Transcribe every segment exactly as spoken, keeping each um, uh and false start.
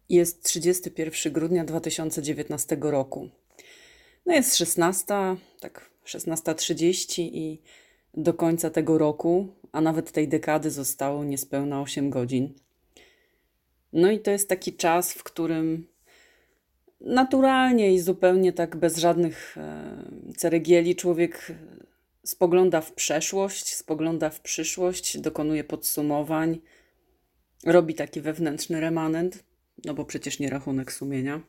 Jest trzydziestego pierwszego grudnia dwa tysiące dziewiętnastego roku. No jest szesnasta, tak szesnasta trzydzieści i do końca tego roku, a nawet tej dekady zostało niespełna osiem godzin. No i to jest taki czas, w którym naturalnie i zupełnie tak bez żadnych e, ceregieli człowiek spogląda w przeszłość, spogląda w przyszłość, dokonuje podsumowań, robi taki wewnętrzny remanent, no bo przecież nie rachunek sumienia.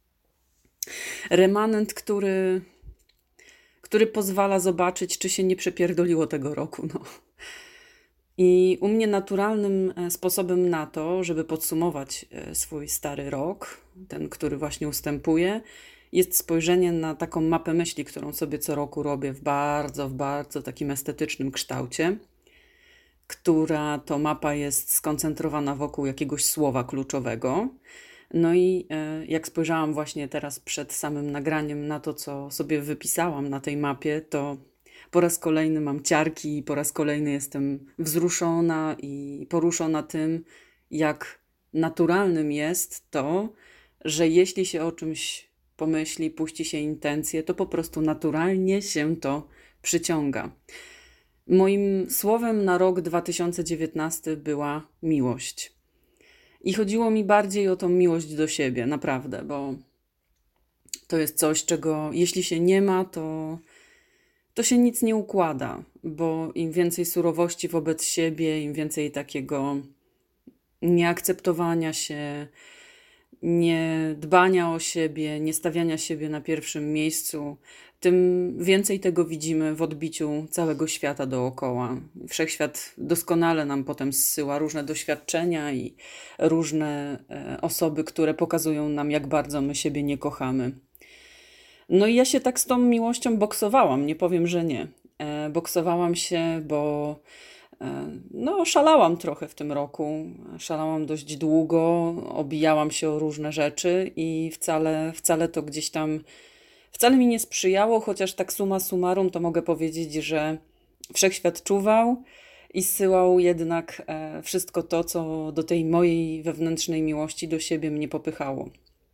Remanent, który, który pozwala zobaczyć, czy się nie przepierdoliło tego roku. No. I u mnie naturalnym sposobem na to, żeby podsumować swój stary rok, ten, który właśnie ustępuje, jest spojrzenie na taką mapę myśli, którą sobie co roku robię w bardzo, w bardzo takim estetycznym kształcie, która to mapa jest skoncentrowana wokół jakiegoś słowa kluczowego. No i e, jak spojrzałam właśnie teraz przed samym nagraniem na to, co sobie wypisałam na tej mapie, to po raz kolejny mam ciarki i po raz kolejny jestem wzruszona i poruszona tym, jak naturalnym jest to, że jeśli się o czymś pomyśli, puści się intencje, to po prostu naturalnie się to przyciąga. Moim słowem na rok dwa tysiące dziewiętnasty była miłość. I chodziło mi bardziej o tą miłość do siebie, naprawdę, bo to jest coś, czego jeśli się nie ma, to, to się nic nie układa, bo im więcej surowości wobec siebie, im więcej takiego nieakceptowania się, nie dbania o siebie, nie stawiania siebie na pierwszym miejscu, tym więcej tego widzimy w odbiciu całego świata dookoła. Wszechświat doskonale nam potem zsyła różne doświadczenia i różne e, osoby, które pokazują nam, jak bardzo my siebie nie kochamy. No i ja się tak z tą miłością boksowałam, nie powiem, że nie. E, boksowałam się, bo e, no, szalałam trochę w tym roku. Szalałam dość długo, obijałam się o różne rzeczy i wcale, wcale to gdzieś tam wcale mi nie sprzyjało, chociaż tak summa summarum to mogę powiedzieć, że wszechświat czuwał i zsyłał jednak e, wszystko to, co do tej mojej wewnętrznej miłości do siebie mnie popychało.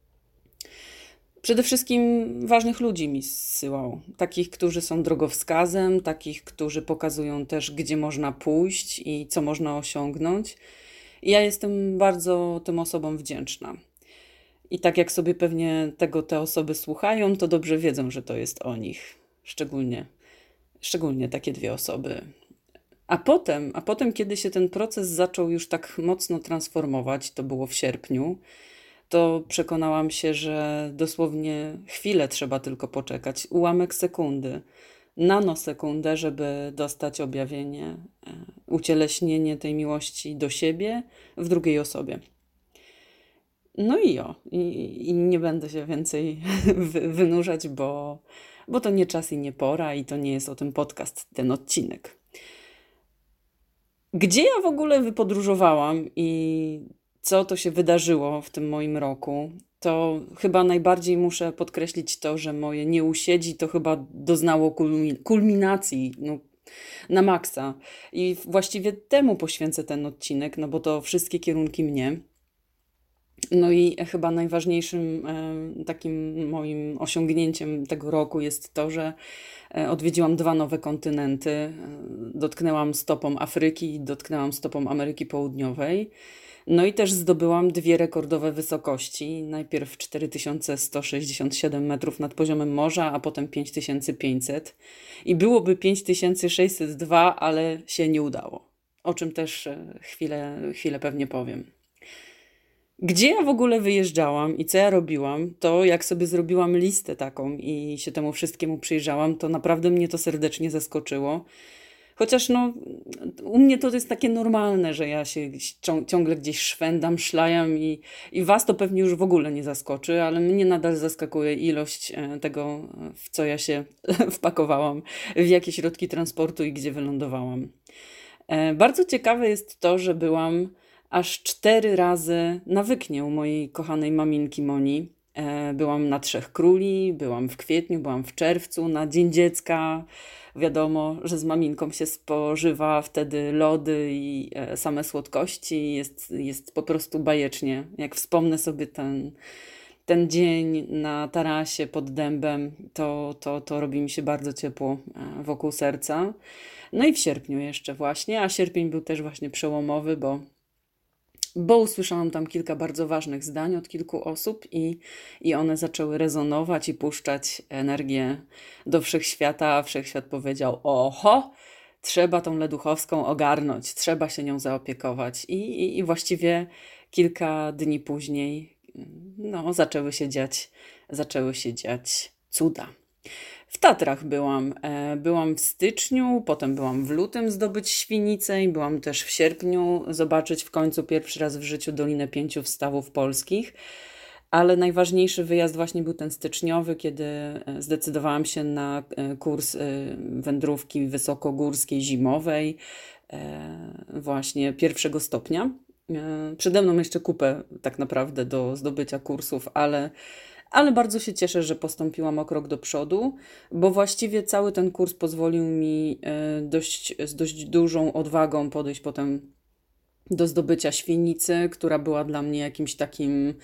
Przede wszystkim ważnych ludzi mi zsyłał. Takich, którzy są drogowskazem, takich, którzy pokazują też, gdzie można pójść i co można osiągnąć. I ja jestem bardzo tym osobom wdzięczna. I tak jak sobie pewnie tego te osoby słuchają, to dobrze wiedzą, że to jest o nich. Szczególnie, szczególnie takie dwie osoby. A potem, a potem, kiedy się ten proces zaczął już tak mocno transformować, to było w sierpniu, to przekonałam się, że dosłownie chwilę trzeba tylko poczekać, ułamek sekundy, nanosekundę, żeby dostać objawienie, e, ucieleśnienie tej miłości do siebie w drugiej osobie. No i jo, i, i nie będę się więcej wy, wynurzać, bo, bo to nie czas i nie pora i to nie jest o tym podcast, ten odcinek. Gdzie ja w ogóle wypodróżowałam i co to się wydarzyło w tym moim roku, to chyba najbardziej muszę podkreślić to, że moje nieusiedzi to chyba doznało kulmi- kulminacji, no, na maksa. I właściwie temu poświęcę ten odcinek, no bo to wszystkie kierunki mnie. No i chyba najważniejszym e, takim moim osiągnięciem tego roku jest to, że e, odwiedziłam dwa nowe kontynenty. E, Dotknęłam stopą Afryki, dotknęłam stopą Ameryki Południowej. No i też zdobyłam dwie rekordowe wysokości. Najpierw cztery tysiące sto sześćdziesiąt siedem metrów nad poziomem morza, a potem pięć tysięcy pięćset. I byłoby pięć tysięcy sześćset dwa, ale się nie udało. O czym też e, chwilę, chwilę pewnie powiem. Gdzie ja w ogóle wyjeżdżałam i co ja robiłam, to jak sobie zrobiłam listę taką i się temu wszystkiemu przyjrzałam, to naprawdę mnie to serdecznie zaskoczyło. Chociaż no, u mnie to jest takie normalne, że ja się ciągle gdzieś szwendam, szlajam i, i was to pewnie już w ogóle nie zaskoczy, ale mnie nadal zaskakuje ilość e, tego, w co ja się wpakowałam, w jakie środki transportu i gdzie wylądowałam. E, Bardzo ciekawe jest to, że byłam aż cztery razy na Wyknie u mojej kochanej maminki Moni. E, Byłam na Trzech Króli, byłam w kwietniu, byłam w czerwcu, na Dzień Dziecka. Wiadomo, że z maminką się spożywa wtedy lody i e, same słodkości. Jest, jest po prostu bajecznie. Jak wspomnę sobie ten, ten dzień na tarasie pod dębem, to, to, to robi mi się bardzo ciepło e, wokół serca. No i w sierpniu jeszcze właśnie, a sierpień był też właśnie przełomowy, bo bo usłyszałam tam kilka bardzo ważnych zdań od kilku osób i, i one zaczęły rezonować i puszczać energię do wszechświata, a wszechświat powiedział: oho, trzeba tą Leduchowską ogarnąć, trzeba się nią zaopiekować. I, i, i właściwie kilka dni później no, zaczęły się dziać, zaczęły się dziać cuda. W Tatrach byłam. E, Byłam w styczniu, potem byłam w lutym zdobyć Świnicę i byłam też w sierpniu zobaczyć w końcu pierwszy raz w życiu Dolinę Pięciu Wstawów Polskich. Ale najważniejszy wyjazd właśnie był ten styczniowy, kiedy e, zdecydowałam się na e, kurs e, wędrówki wysokogórskiej zimowej, e, właśnie pierwszego stopnia. E, Przede mną jeszcze kupę tak naprawdę do zdobycia kursów, ale ale bardzo się cieszę, że postąpiłam o krok do przodu, bo właściwie cały ten kurs pozwolił mi e, dość, z dość dużą odwagą podejść potem do zdobycia Świnicy, która była dla mnie jakimś takim,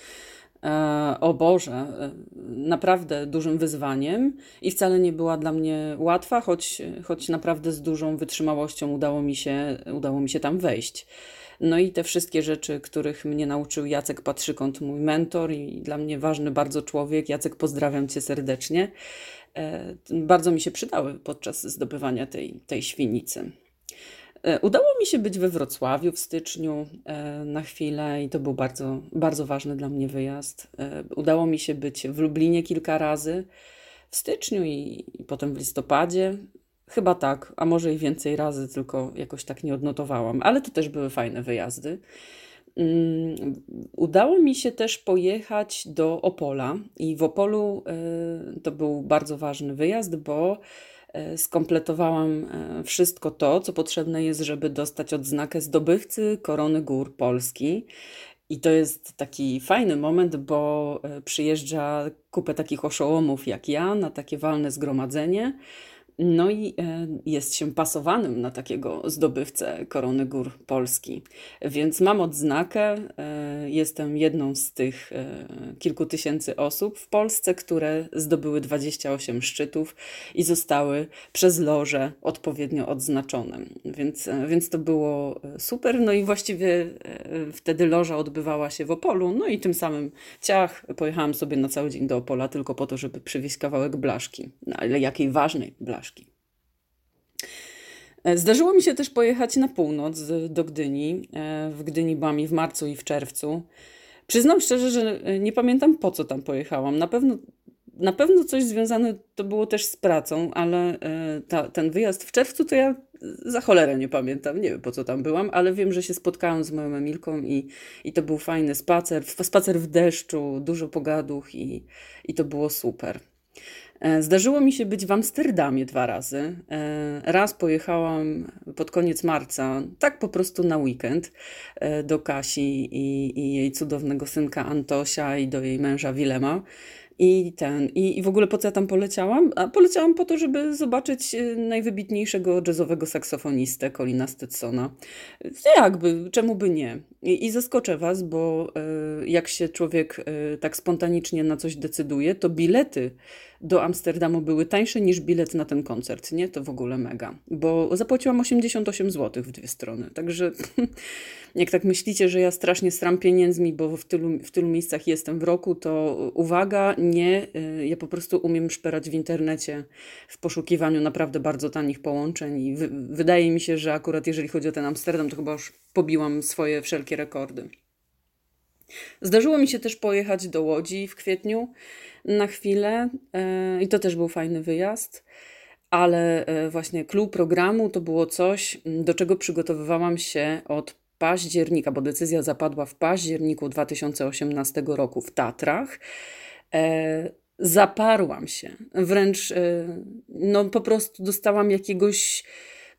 e, o Boże, e, naprawdę dużym wyzwaniem i wcale nie była dla mnie łatwa, choć, choć naprawdę z dużą wytrzymałością udało mi się, udało mi się tam wejść. No i te wszystkie rzeczy, których mnie nauczył Jacek Patrzykąt, mój mentor i dla mnie ważny bardzo człowiek. Jacek, pozdrawiam Cię serdecznie. E, bardzo mi się przydały podczas zdobywania tej, tej Świnicy. E, Udało mi się być we Wrocławiu w styczniu e, na chwilę i to był bardzo, bardzo ważny dla mnie wyjazd. E, Udało mi się być w Lublinie kilka razy w styczniu i, i potem w listopadzie. Chyba tak, a może i więcej razy, tylko jakoś tak nie odnotowałam, ale to też były fajne wyjazdy. Mm, Udało mi się też pojechać do Opola i w Opolu e, to był bardzo ważny wyjazd, bo e, skompletowałam e, wszystko to, co potrzebne jest, żeby dostać odznakę zdobywcy Korony Gór Polski. I to jest taki fajny moment, bo e, przyjeżdża kupę takich oszołomów jak ja na takie walne zgromadzenie. No i e, jest się pasowanym na takiego zdobywcę Korony Gór Polski. Więc mam odznakę, e, jestem jedną z tych e, kilku tysięcy osób w Polsce, które zdobyły dwadzieścia osiem szczytów i zostały przez loże odpowiednio odznaczone. Więc, e, więc to było e, super. No i właściwie e, wtedy loża odbywała się w Opolu, no i tym samym ciach, pojechałam sobie na cały dzień do Opola tylko po to, żeby przywieźć kawałek blaszki. No ale jakiej ważnej blaszki. E, Zdarzyło mi się też pojechać na północ z- do Gdyni. E, W Gdyni byłam i w marcu, i w czerwcu. Przyznam szczerze, że e, nie pamiętam po co tam pojechałam. Na pewno, na pewno coś związane to było też z pracą, ale e, ta, ten wyjazd w czerwcu to ja za cholerę nie pamiętam. Nie wiem po co tam byłam, ale wiem, że się spotkałam z moją Emilką i, i to był fajny spacer. Spacer w deszczu, dużo pogaduch i, i to było super. E, Zdarzyło mi się być w Amsterdamie dwa razy. E, Raz pojechałam pod koniec marca, tak po prostu na weekend, e, do Kasi i, i jej cudownego synka Antosia i do jej męża Wilema. I ten, i, i w ogóle po co ja tam poleciałam? A poleciałam po to, żeby zobaczyć e, najwybitniejszego jazzowego saksofonistę, Colina Stetsona. Jakby, czemu by nie? I, i zaskoczę was, bo e, jak się człowiek e, tak spontanicznie na coś decyduje, to bilety do Amsterdamu były tańsze niż bilet na ten koncert, nie? To w ogóle mega, bo zapłaciłam osiemdziesiąt osiem złotych w dwie strony, także jak tak myślicie, że ja strasznie stram pieniędzmi, bo w tylu, w tylu miejscach jestem w roku, to uwaga, nie, y, ja po prostu umiem szperać w internecie w poszukiwaniu naprawdę bardzo tanich połączeń i wy, wydaje mi się, że akurat jeżeli chodzi o ten Amsterdam, to chyba już pobiłam swoje wszelkie rekordy. Zdarzyło mi się też pojechać do Łodzi w kwietniu na chwilę e, i to też był fajny wyjazd, ale e, właśnie clou programu to było coś, m, do czego przygotowywałam się od października, bo decyzja zapadła w październiku dwa tysiące osiemnastego roku w Tatrach. E, Zaparłam się, wręcz e, no po prostu dostałam jakiegoś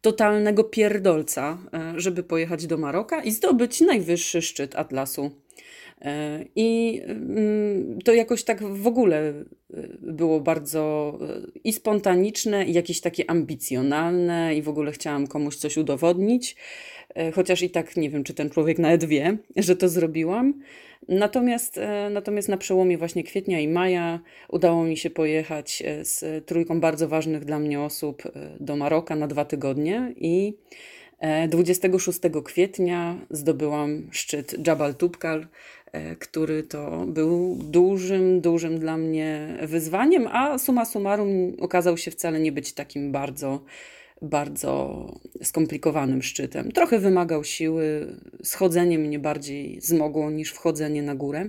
totalnego pierdolca, e, żeby pojechać do Maroka i zdobyć najwyższy szczyt Atlasu. E, I mm, to jakoś tak w ogóle e, było bardzo e, i spontaniczne, i jakieś takie ambicjonalne, i w ogóle chciałam komuś coś udowodnić, e, chociaż i tak nie wiem, czy ten człowiek nawet wie, że to zrobiłam. Natomiast, e, natomiast na przełomie właśnie kwietnia i maja udało mi się pojechać e, z trójką bardzo ważnych dla mnie osób e, do Maroka na dwa tygodnie i e, dwudziestego szóstego kwietnia zdobyłam szczyt Jabal Tubkal, e, który to był dużym, dużym dla mnie wyzwaniem, a summa summarum okazał się wcale nie być takim bardzo, bardzo skomplikowanym szczytem. Trochę wymagał siły, schodzenie mnie bardziej zmogło niż wchodzenie na górę.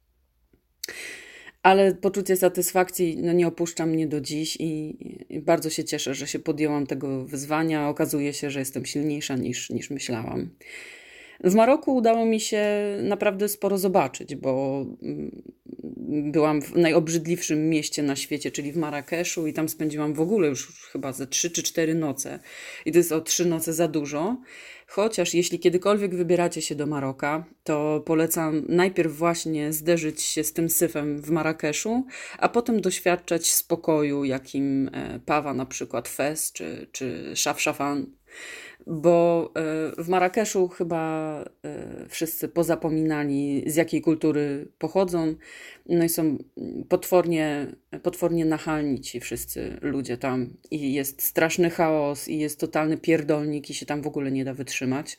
Ale poczucie satysfakcji no, nie opuszcza mnie do dziś i, i bardzo się cieszę, że się podjęłam tego wyzwania. Okazuje się, że jestem silniejsza niż, niż myślałam. W Maroku udało mi się naprawdę sporo zobaczyć, bo mm, byłam w najobrzydliwszym mieście na świecie, czyli w Marrakeszu i tam spędziłam w ogóle już chyba ze trzy czy cztery noce. I to jest o trzy noce za dużo. Chociaż jeśli kiedykolwiek wybieracie się do Maroka, to polecam najpierw właśnie zderzyć się z tym syfem w Marrakeszu, a potem doświadczać spokoju, jakim e, pawa na przykład Fez czy, czy Chefchaouen. Bo e, w Marrakeszu chyba e, wszyscy pozapominali, z jakiej kultury pochodzą. No i są potwornie, potwornie nachalni ci wszyscy ludzie tam. I jest straszny chaos, i jest totalny pierdolnik, i się tam w ogóle nie da wytrzymać.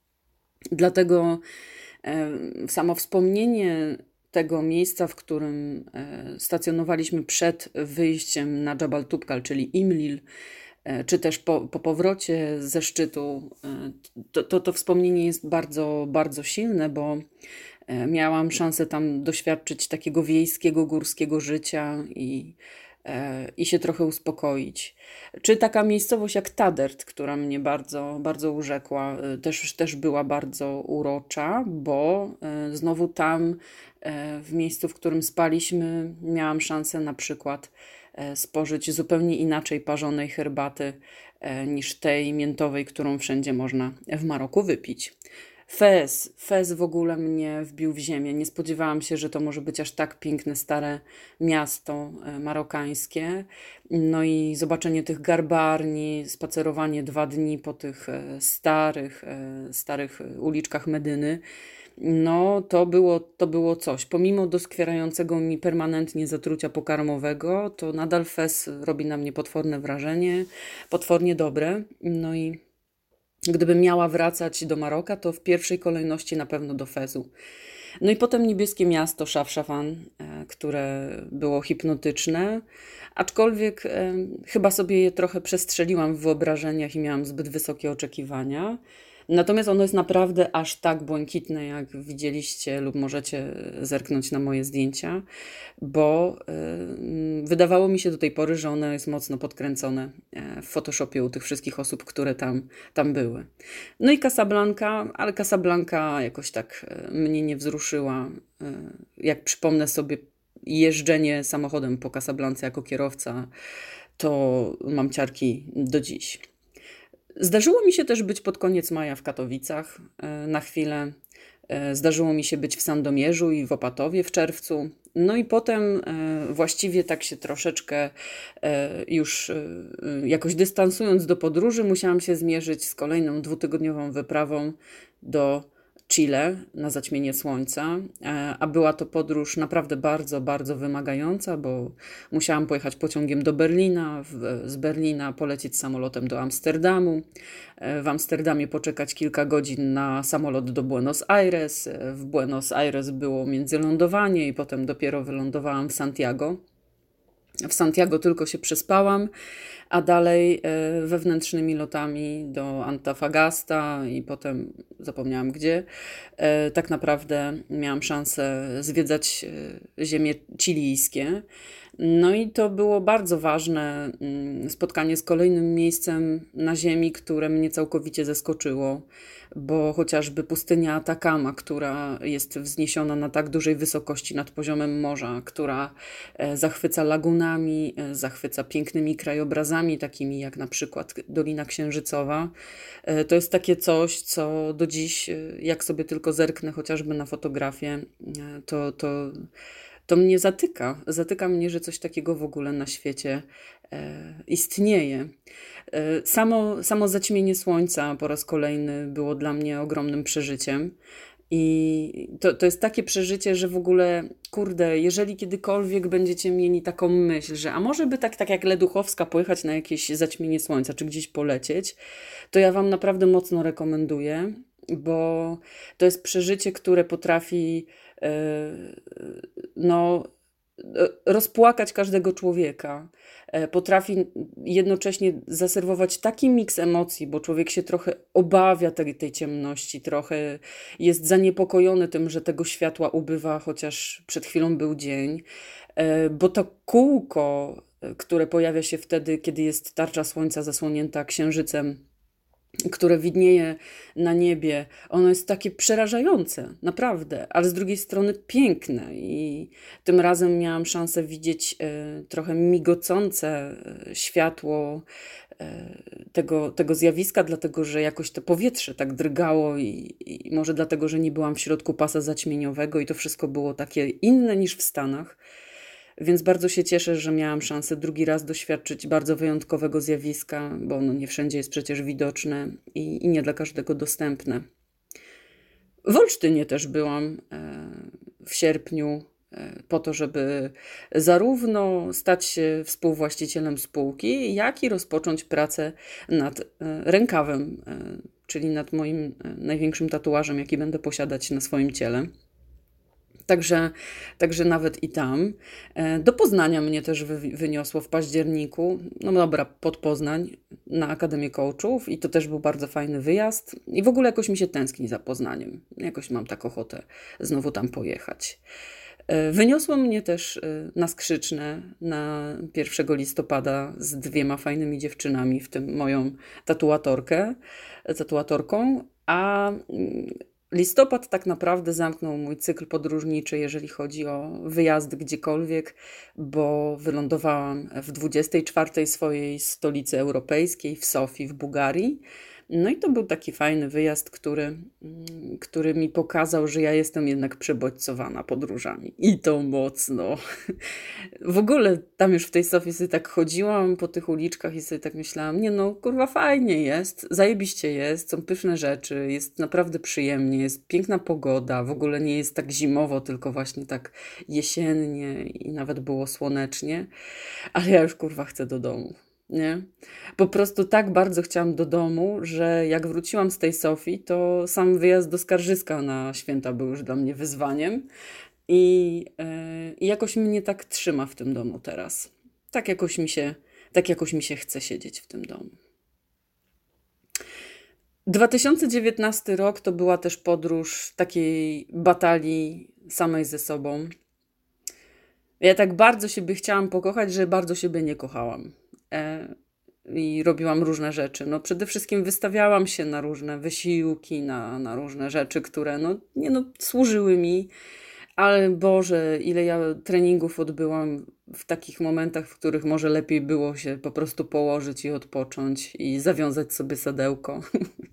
Dlatego e, samo wspomnienie tego miejsca, w którym e, stacjonowaliśmy przed wyjściem na Jabal Tubkal, czyli Imlil, e, czy też po, po powrocie ze szczytu, e, to, to, to wspomnienie jest bardzo, bardzo silne, bo e, miałam szansę tam doświadczyć takiego wiejskiego, górskiego życia i, e, i się trochę uspokoić. Czy taka miejscowość jak Tadert, która mnie bardzo, bardzo urzekła, e, też, też była bardzo urocza, bo e, znowu tam e, w miejscu, w którym spaliśmy, miałam szansę na przykład e, spożyć zupełnie inaczej parzonej herbaty e, niż tej miętowej, którą wszędzie można w Maroku wypić. Fez, Fez w ogóle mnie wbił w ziemię. Nie spodziewałam się, że to może być aż tak piękne, stare miasto e, marokańskie. No i zobaczenie tych garbarni, spacerowanie dwa dni po tych e, starych, e, starych uliczkach Medyny. No, to było, to było coś. Pomimo doskwierającego mi permanentnie zatrucia pokarmowego, to nadal Fez robi na mnie potworne wrażenie, potwornie dobre. No i gdybym miała wracać do Maroka, to w pierwszej kolejności na pewno do Fezu. No i potem niebieskie miasto Chefchaouen, e, które było hipnotyczne, aczkolwiek e, chyba sobie je trochę przestrzeliłam w wyobrażeniach i miałam zbyt wysokie oczekiwania. Natomiast ono jest naprawdę aż tak błękitne, jak widzieliście lub możecie zerknąć na moje zdjęcia, bo y, wydawało mi się do tej pory, że ono jest mocno podkręcone e, w Photoshopie u tych wszystkich osób, które tam, tam były. No i Casablanca, ale Casablanca jakoś tak e, mnie nie wzruszyła. E, jak przypomnę sobie jeżdżenie samochodem po Casablance jako kierowca, to mam ciarki do dziś. Zdarzyło mi się też być pod koniec maja w Katowicach e, na chwilę. E, Zdarzyło mi się być w Sandomierzu i w Opatowie w czerwcu. No i potem e, właściwie tak się troszeczkę e, już e, jakoś dystansując do podróży, musiałam się zmierzyć z kolejną dwutygodniową wyprawą do Chile na zaćmienie słońca, e, a była to podróż naprawdę bardzo, bardzo wymagająca, bo musiałam pojechać pociągiem do Berlina, w, z Berlina polecieć samolotem do Amsterdamu, e, w Amsterdamie poczekać kilka godzin na samolot do Buenos Aires, e, w Buenos Aires było międzylądowanie i potem dopiero wylądowałam w Santiago. W Santiago tylko się przespałam, a dalej e, wewnętrznymi lotami do Antofagasta i potem zapomniałam gdzie. E, tak naprawdę miałam szansę zwiedzać e, ziemie chilijskie. No i to było bardzo ważne mm, spotkanie z kolejnym miejscem na Ziemi, które mnie całkowicie zaskoczyło, bo chociażby pustynia Atakama, która jest wzniesiona na tak dużej wysokości nad poziomem morza, która e, zachwyca lagunami, e, zachwyca pięknymi krajobrazami, takimi jak na przykład Dolina Księżycowa, e, to jest takie coś, co do dziś, e, jak sobie tylko zerknę chociażby na fotografię, e, to, to to mnie zatyka. Zatyka mnie, że coś takiego w ogóle na świecie e, istnieje. E, samo, samo zaćmienie słońca po raz kolejny było dla mnie ogromnym przeżyciem. I to, to jest takie przeżycie, że w ogóle, kurde, jeżeli kiedykolwiek będziecie mieli taką myśl, że a może by tak, tak jak Leduchowska pojechać na jakieś zaćmienie słońca, czy gdzieś polecieć, to ja wam naprawdę mocno rekomenduję, bo to jest przeżycie, które potrafi e, no, e, rozpłakać każdego człowieka. E, Potrafi jednocześnie zaserwować taki miks emocji, bo człowiek się trochę obawia tej, tej ciemności, trochę jest zaniepokojony tym, że tego światła ubywa, chociaż przed chwilą był dzień, E, bo to kółko, e, które pojawia się wtedy, kiedy jest tarcza słońca zasłonięta księżycem, które widnieje na niebie, ono jest takie przerażające, naprawdę, ale z drugiej strony piękne. I tym razem miałam szansę widzieć e, trochę migocące e, światło e, tego, tego zjawiska, dlatego że jakoś to powietrze tak drgało i, i może dlatego, że nie byłam w środku pasa zaćmieniowego i to wszystko było takie inne niż w Stanach. Więc bardzo się cieszę, że miałam szansę drugi raz doświadczyć bardzo wyjątkowego zjawiska, bo ono nie wszędzie jest przecież widoczne i, i nie dla każdego dostępne. W Olsztynie też byłam e, w sierpniu e, po to, żeby zarówno stać się współwłaścicielem spółki, jak i rozpocząć pracę nad e, rękawem, e, czyli nad moim e, największym tatuażem, jaki będę posiadać na swoim ciele. Także, także nawet i tam. E, Do Poznania mnie też wy, wyniosło w październiku. No dobra, pod Poznań na Akademię Coachów i to też był bardzo fajny wyjazd. I w ogóle jakoś mi się tęskni za Poznaniem. Jakoś mam tak ochotę znowu tam pojechać. E, Wyniosło mnie też e, na Skrzyczne na pierwszego listopada z dwiema fajnymi dziewczynami, w tym moją tatuatorkę, tatuatorką, a mm, listopad tak naprawdę zamknął mój cykl podróżniczy, jeżeli chodzi o wyjazdy gdziekolwiek, bo wylądowałam w dwudziestej czwartej swojej stolicy europejskiej, w Sofii, w Bułgarii. No i to był taki fajny wyjazd, który, mm, który mi pokazał, że ja jestem jednak przebodźcowana podróżami. I to mocno. W ogóle tam już w tej Sofii sobie tak chodziłam po tych uliczkach i sobie tak myślałam, nie no, kurwa fajnie jest, zajebiście jest, są pyszne rzeczy, jest naprawdę przyjemnie, jest piękna pogoda, w ogóle nie jest tak zimowo, tylko właśnie tak jesiennie i nawet było słonecznie, ale ja już kurwa chcę do domu. Nie? Po prostu tak bardzo chciałam do domu, że jak wróciłam z tej Sofii, to sam wyjazd do Skarżyska na święta był już dla mnie wyzwaniem. I, e, I jakoś mnie tak trzyma w tym domu teraz. Tak jakoś mi się, tak jakoś mi się chce siedzieć w tym domu. dwa tysiące dziewiętnasty rok to była też podróż takiej batalii samej ze sobą. Ja tak bardzo siebie chciałam pokochać, że bardzo siebie nie kochałam. E, I robiłam różne rzeczy. No przede wszystkim wystawiałam się na różne wysiłki, na, na różne rzeczy, które no, nie no, służyły mi. Ale Boże, ile ja treningów odbyłam w takich momentach, w których może lepiej było się po prostu położyć i odpocząć i zawiązać sobie sadełko.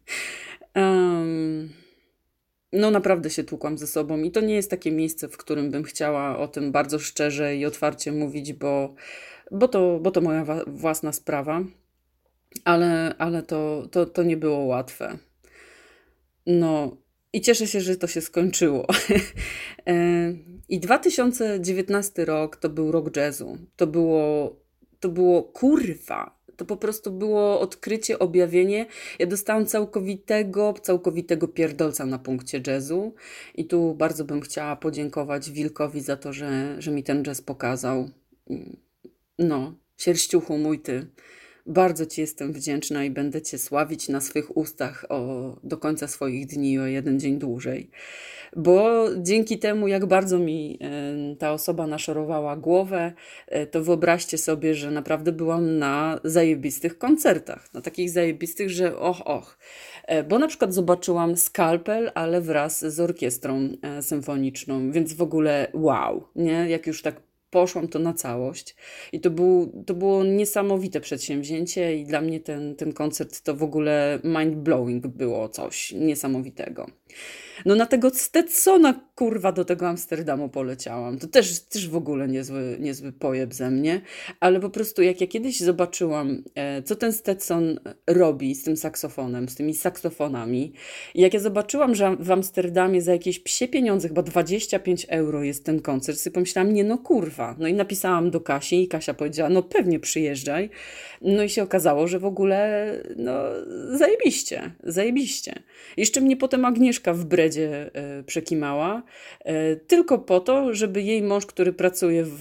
Em, no naprawdę się tłukłam ze sobą i to nie jest takie miejsce, w którym bym chciała o tym bardzo szczerze i otwarcie mówić, bo, bo to, bo to moja wa- własna sprawa, ale, ale to, to, to nie było łatwe. No i cieszę się, że to się skończyło. E, I dwa tysiące dziewiętnasty rok to był rok jazzu. To było, to było kurwa. To po prostu było odkrycie, objawienie. Ja dostałam całkowitego, całkowitego pierdolca na punkcie jazzu. I tu bardzo bym chciała podziękować Wilkowi za to, że, że mi ten jazz pokazał. No, sierściuchu mój ty. Bardzo Ci jestem wdzięczna i będę Cię sławić na swych ustach o, do końca swoich dni, o jeden dzień dłużej. Bo dzięki temu, jak bardzo mi e, ta osoba naszorowała głowę, e, to wyobraźcie sobie, że naprawdę byłam na zajebistych koncertach. Na takich zajebistych, że och, och. E, Bo na przykład zobaczyłam Skalpel, ale wraz z orkiestrą e, symfoniczną, więc w ogóle wow, nie? Jak już tak poszłam to na całość. I to, był, to było niesamowite przedsięwzięcie i dla mnie ten, ten koncert to w ogóle mind-blowing było coś niesamowitego. No na tego Stetsona, kurwa, do tego Amsterdamu poleciałam. To też, też w ogóle niezły, niezły pojeb ze mnie, ale po prostu jak ja kiedyś zobaczyłam, e, co ten Stetson robi z tym saksofonem, z tymi saksofonami, i jak ja zobaczyłam, że w Amsterdamie za jakieś psie pieniądze, chyba dwadzieścia pięć euro jest ten koncert, sobie pomyślałam, nie no kurwa. No i napisałam do Kasi i Kasia powiedziała, no pewnie przyjeżdżaj. No i się okazało, że w ogóle, no zajebiście, zajebiście. Jeszcze mnie potem Agnieszka w Bredzie e, przekimała, e, tylko po to, żeby jej mąż, który pracuje w,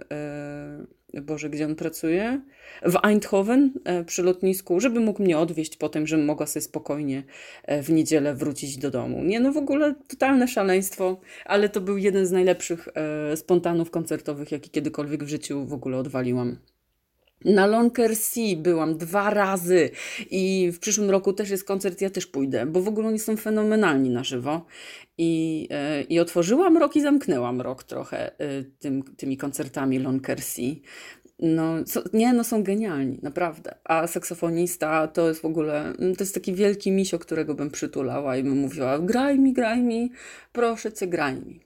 e, Boże, gdzie on pracuje? W Eindhoven e, przy lotnisku, żeby mógł mnie odwieźć potem, żebym mogła sobie spokojnie e, w niedzielę wrócić do domu. Nie, no w ogóle totalne szaleństwo, ale to był jeden z najlepszych e, spontanów koncertowych, jaki kiedykolwiek w życiu w ogóle odwaliłam. Na Lonkersea byłam dwa razy i w przyszłym roku też jest koncert, ja też pójdę, bo w ogóle oni są fenomenalni na żywo. I, e, i otworzyłam rok i zamknęłam rok trochę e, tym, tymi koncertami Lonkersea. No, so, nie, no są genialni, naprawdę. A saksofonista to jest w ogóle, to jest taki wielki misio, którego bym przytulała i bym mówiła, graj mi, graj mi, proszę cię, graj mi.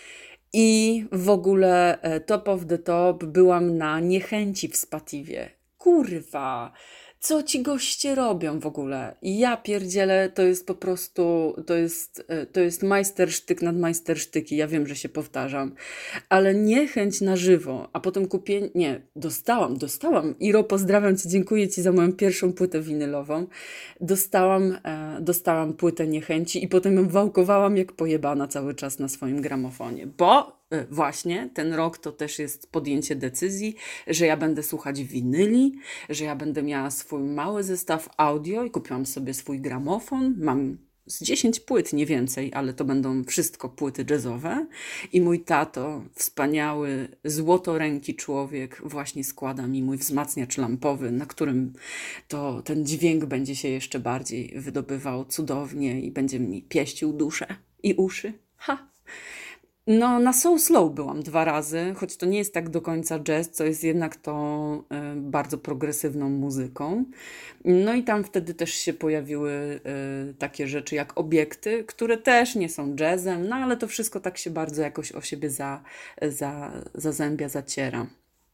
I w ogóle e, top of the top byłam na Niechęci w Spatiwie. Kurwa, co ci goście robią w ogóle? I ja pierdzielę, to jest po prostu, to jest, e, to jest majstersztyk nad majstersztyki. Ja wiem, że się powtarzam, ale Niechęć na żywo, a potem kupię, nie, dostałam, dostałam. Iro, pozdrawiam cię, dziękuję ci za moją pierwszą płytę winylową. Dostałam, e, dostałam płytę Niechęci i potem ją wałkowałam jak pojebana cały czas na swoim gramofonie, bo e, właśnie ten rok to też jest podjęcie decyzji, że ja będę słuchać winyli, że ja będę miała swój mały zestaw audio i kupiłam sobie swój gramofon. Mam z dziesięć płyt, nie więcej, ale to będą wszystko płyty jazzowe. I mój tato, wspaniały, złotoręki człowiek, właśnie składa mi mój wzmacniacz lampowy, na którym to ten dźwięk będzie się jeszcze bardziej wydobywał cudownie i będzie mi pieścił duszę i uszy. Ha! No, na So Slow byłam dwa razy, choć to nie jest tak do końca jazz, co jest jednak tą e, bardzo progresywną muzyką. No i tam wtedy też się pojawiły e, takie rzeczy jak Obiekty, które też nie są jazzem, no ale to wszystko tak się bardzo jakoś o siebie za, za, zazębia, zaciera.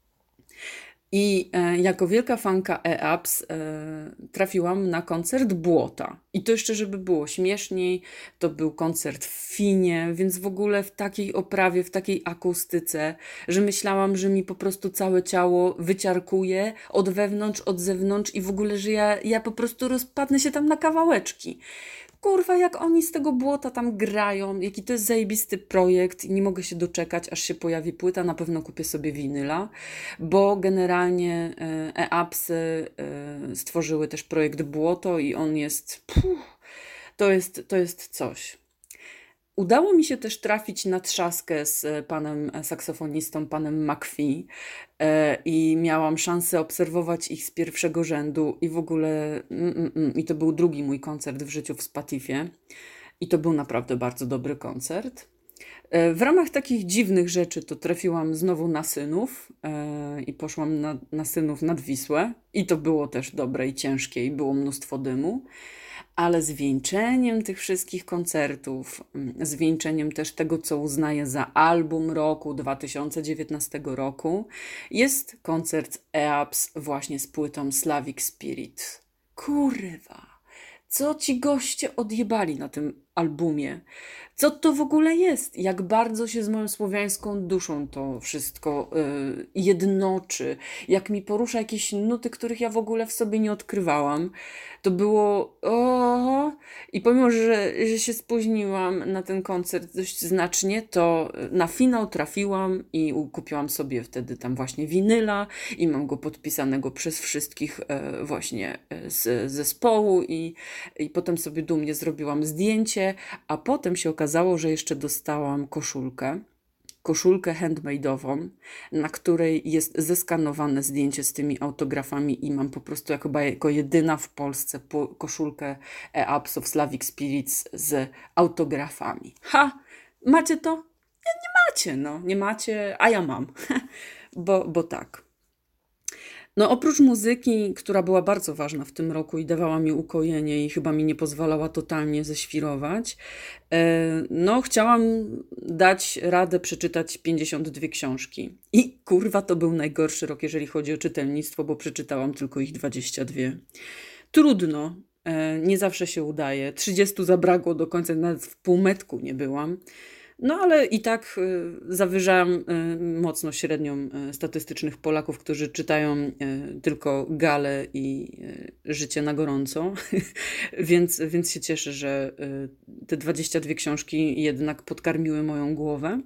I e, jako wielka fanka E-Ups e, trafiłam na koncert Błota. I to jeszcze, żeby było śmieszniej, to był koncert w Finie, więc w ogóle w takiej oprawie, w takiej akustyce, że myślałam, że mi po prostu całe ciało wyciarkuje od wewnątrz, od zewnątrz i w ogóle, że ja, ja po prostu rozpadnę się tam na kawałeczki. Kurwa, jak oni z tego Błota tam grają, jaki to jest zajebisty projekt i nie mogę się doczekać, aż się pojawi płyta, na pewno kupię sobie winyla, bo generalnie e, E-Upsy e, stworzyły też projekt Błoto i on jest, puh, to jest, to jest coś. Udało mi się też trafić na trzaskę z e, panem e, saksofonistą, panem McPhee e, i miałam szansę obserwować ich z pierwszego rzędu i w ogóle mm, mm, mm, i to był drugi mój koncert w życiu w Spatifie i to był naprawdę bardzo dobry koncert. E, W ramach takich dziwnych rzeczy to trafiłam znowu na Synów e, i poszłam na, na Synów nad Wisłę i to było też dobre i ciężkie i było mnóstwo dymu. Ale zwieńczeniem tych wszystkich koncertów, mm, zwieńczeniem też tego, co uznaję za album roku dwa tysiące dziewiętnastego roku, jest koncert E-Ups właśnie z płytą Slavic Spirit. Kurwa, co ci goście odjebali na tym albumie. Co to w ogóle jest? Jak bardzo się z moją słowiańską duszą to wszystko y, jednoczy. Jak mi porusza jakieś nuty, których ja w ogóle w sobie nie odkrywałam. To było o i pomimo, że, że się spóźniłam na ten koncert dość znacznie, to na finał trafiłam i kupiłam sobie wtedy tam właśnie winyla i mam go podpisanego przez wszystkich e, właśnie e, z zespołu i, i potem sobie dumnie zrobiłam zdjęcie, a potem się okazało, że jeszcze dostałam koszulkę. Koszulkę handmade'ową, na której jest zeskanowane zdjęcie z tymi autografami i mam po prostu jak chyba jako jedyna w Polsce po, koszulkę E-Ups of Slavic Spirits z autografami. Ha! Macie to? Nie, nie macie, no. Nie macie, a ja mam. bo, bo tak. No oprócz muzyki, która była bardzo ważna w tym roku i dawała mi ukojenie i chyba mi nie pozwalała totalnie ześwirować, e, no chciałam dać radę przeczytać pięćdziesiąt dwie książki. I kurwa to był najgorszy rok, jeżeli chodzi o czytelnictwo, bo przeczytałam tylko ich dwadzieścia dwie. Trudno, e, nie zawsze się udaje. trzydziestu zabrakło do końca, nawet w półmetku nie byłam. No ale i tak y, zawyżam y, mocno średnią y, statystycznych Polaków, którzy czytają y, tylko Gale i y, Życie na gorąco, więc, więc się cieszę, że y, te dwadzieścia dwie książki jednak podkarmiły moją głowę.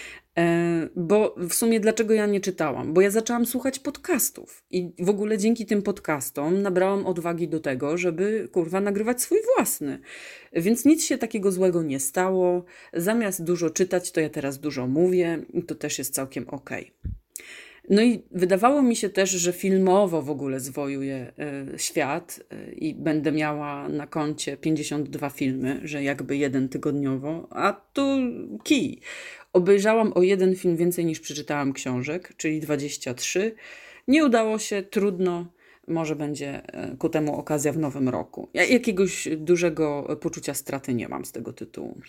E, Bo w sumie dlaczego ja nie czytałam? Bo ja zaczęłam słuchać podcastów i w ogóle dzięki tym podcastom nabrałam odwagi do tego, żeby kurwa nagrywać swój własny. Więc nic się takiego złego nie stało. Zamiast dużo czytać, to ja teraz dużo mówię i to też jest całkiem okej. No i wydawało mi się też, że filmowo w ogóle zwojuję e, świat e, i będę miała na koncie pięćdziesiąt dwa filmy, że jakby jeden tygodniowo, a tu kij. Obejrzałam o jeden film więcej niż przeczytałam książek, czyli dwadzieścia trzy. Nie udało się, trudno. Może będzie e, ku temu okazja w nowym roku. Ja jakiegoś dużego poczucia straty nie mam z tego tytułu.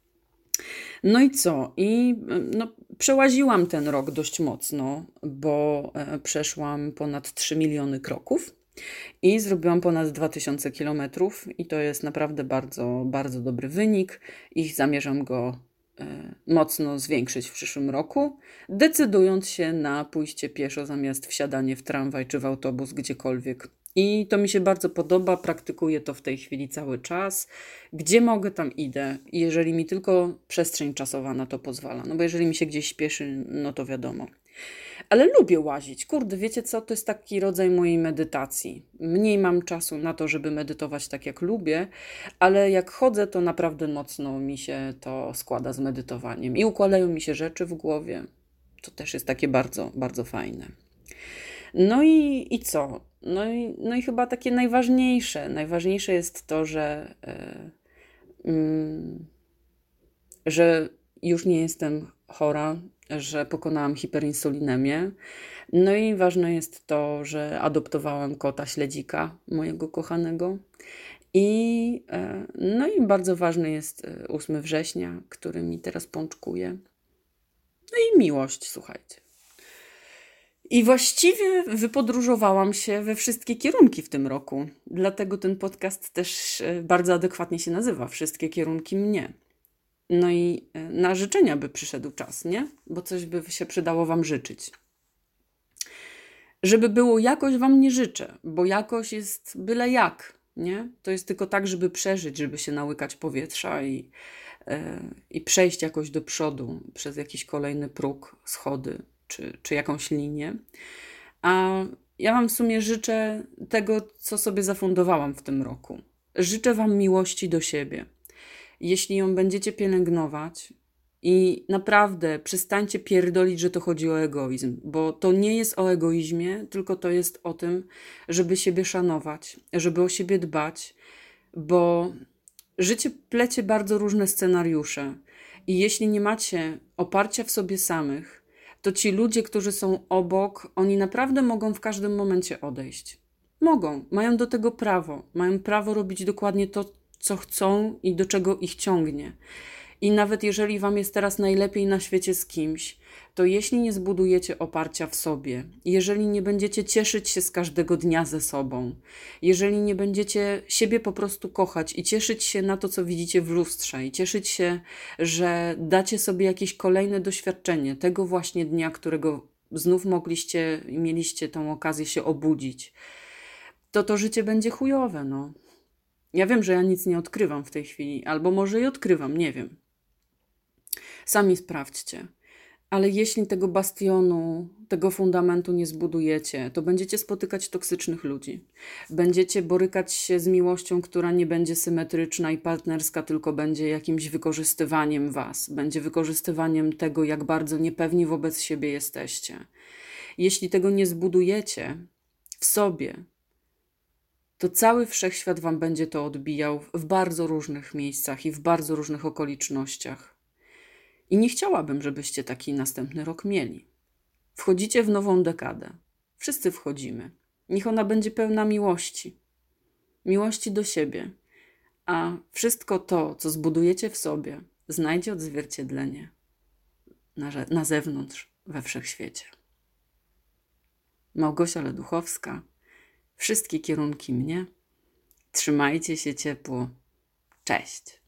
No i co? I no, przełaziłam ten rok dość mocno, bo e, przeszłam ponad trzy miliony kroków i zrobiłam ponad dwa tysiące kilometrów i to jest naprawdę bardzo, bardzo dobry wynik i zamierzam go e, mocno zwiększyć w przyszłym roku, decydując się na pójście pieszo zamiast wsiadanie w tramwaj czy w autobus gdziekolwiek. I to mi się bardzo podoba, praktykuję to w tej chwili cały czas. Gdzie mogę, tam idę. I jeżeli mi tylko przestrzeń czasowa na to pozwala. No bo jeżeli mi się gdzieś śpieszy, no to wiadomo. Ale lubię łazić. Kurde, wiecie co? To jest taki rodzaj mojej medytacji. Mniej mam czasu na to, żeby medytować tak jak lubię, ale jak chodzę, to naprawdę mocno mi się to składa z medytowaniem. I układają mi się rzeczy w głowie. To też jest takie bardzo, bardzo fajne. No i, i co? No i, no i chyba takie najważniejsze. Najważniejsze jest to, że, yy, yy, że już nie jestem chora, że pokonałam hiperinsulinemię. No i ważne jest to, że adoptowałam kota śledzika, mojego kochanego. I, yy, no i bardzo ważny jest ósmego września, który mi teraz pączkuje. No i miłość, słuchajcie. I właściwie wypodróżowałam się we wszystkie kierunki w tym roku. Dlatego ten podcast też bardzo adekwatnie się nazywa Wszystkie kierunki mnie. No i na życzenia by przyszedł czas, nie? Bo coś by się przydało wam życzyć. Żeby było jakoś wam nie życzę, bo jakoś jest byle jak, nie? To jest tylko tak, żeby przeżyć, żeby się nałykać powietrza i, yy, i przejść jakoś do przodu przez jakiś kolejny próg, schody. Czy, czy jakąś linię. A ja wam w sumie życzę tego, co sobie zafundowałam w tym roku. Życzę wam miłości do siebie. Jeśli ją będziecie pielęgnować i naprawdę przestańcie pierdolić, że to chodzi o egoizm, bo to nie jest o egoizmie, tylko to jest o tym, żeby siebie szanować, żeby o siebie dbać, bo życie plecie bardzo różne scenariusze i jeśli nie macie oparcia w sobie samych, to ci ludzie, którzy są obok, oni naprawdę mogą w każdym momencie odejść. Mogą, mają do tego prawo. Mają prawo robić dokładnie to, co chcą i do czego ich ciągnie. I nawet jeżeli wam jest teraz najlepiej na świecie z kimś, to jeśli nie zbudujecie oparcia w sobie, jeżeli nie będziecie cieszyć się z każdego dnia ze sobą, jeżeli nie będziecie siebie po prostu kochać i cieszyć się na to, co widzicie w lustrze, i cieszyć się, że dacie sobie jakieś kolejne doświadczenie tego właśnie dnia, którego znów mogliście i mieliście tą okazję się obudzić, to to życie będzie chujowe, no. Ja wiem, że ja nic nie odkrywam w tej chwili, albo może i odkrywam, nie wiem. Sami sprawdźcie. Ale jeśli tego bastionu, tego fundamentu nie zbudujecie, to będziecie spotykać toksycznych ludzi. Będziecie borykać się z miłością, która nie będzie symetryczna i partnerska, tylko będzie jakimś wykorzystywaniem was. Będzie wykorzystywaniem tego, jak bardzo niepewni wobec siebie jesteście. Jeśli tego nie zbudujecie w sobie, to cały wszechświat wam będzie to odbijał w bardzo różnych miejscach i w bardzo różnych okolicznościach. I nie chciałabym, żebyście taki następny rok mieli. Wchodzicie w nową dekadę. Wszyscy wchodzimy. Niech ona będzie pełna miłości. Miłości do siebie. A wszystko to, co zbudujecie w sobie, znajdzie odzwierciedlenie na, na zewnątrz, we wszechświecie. Małgosia Leduchowska. Wszystkie kierunki mnie. Trzymajcie się ciepło. Cześć.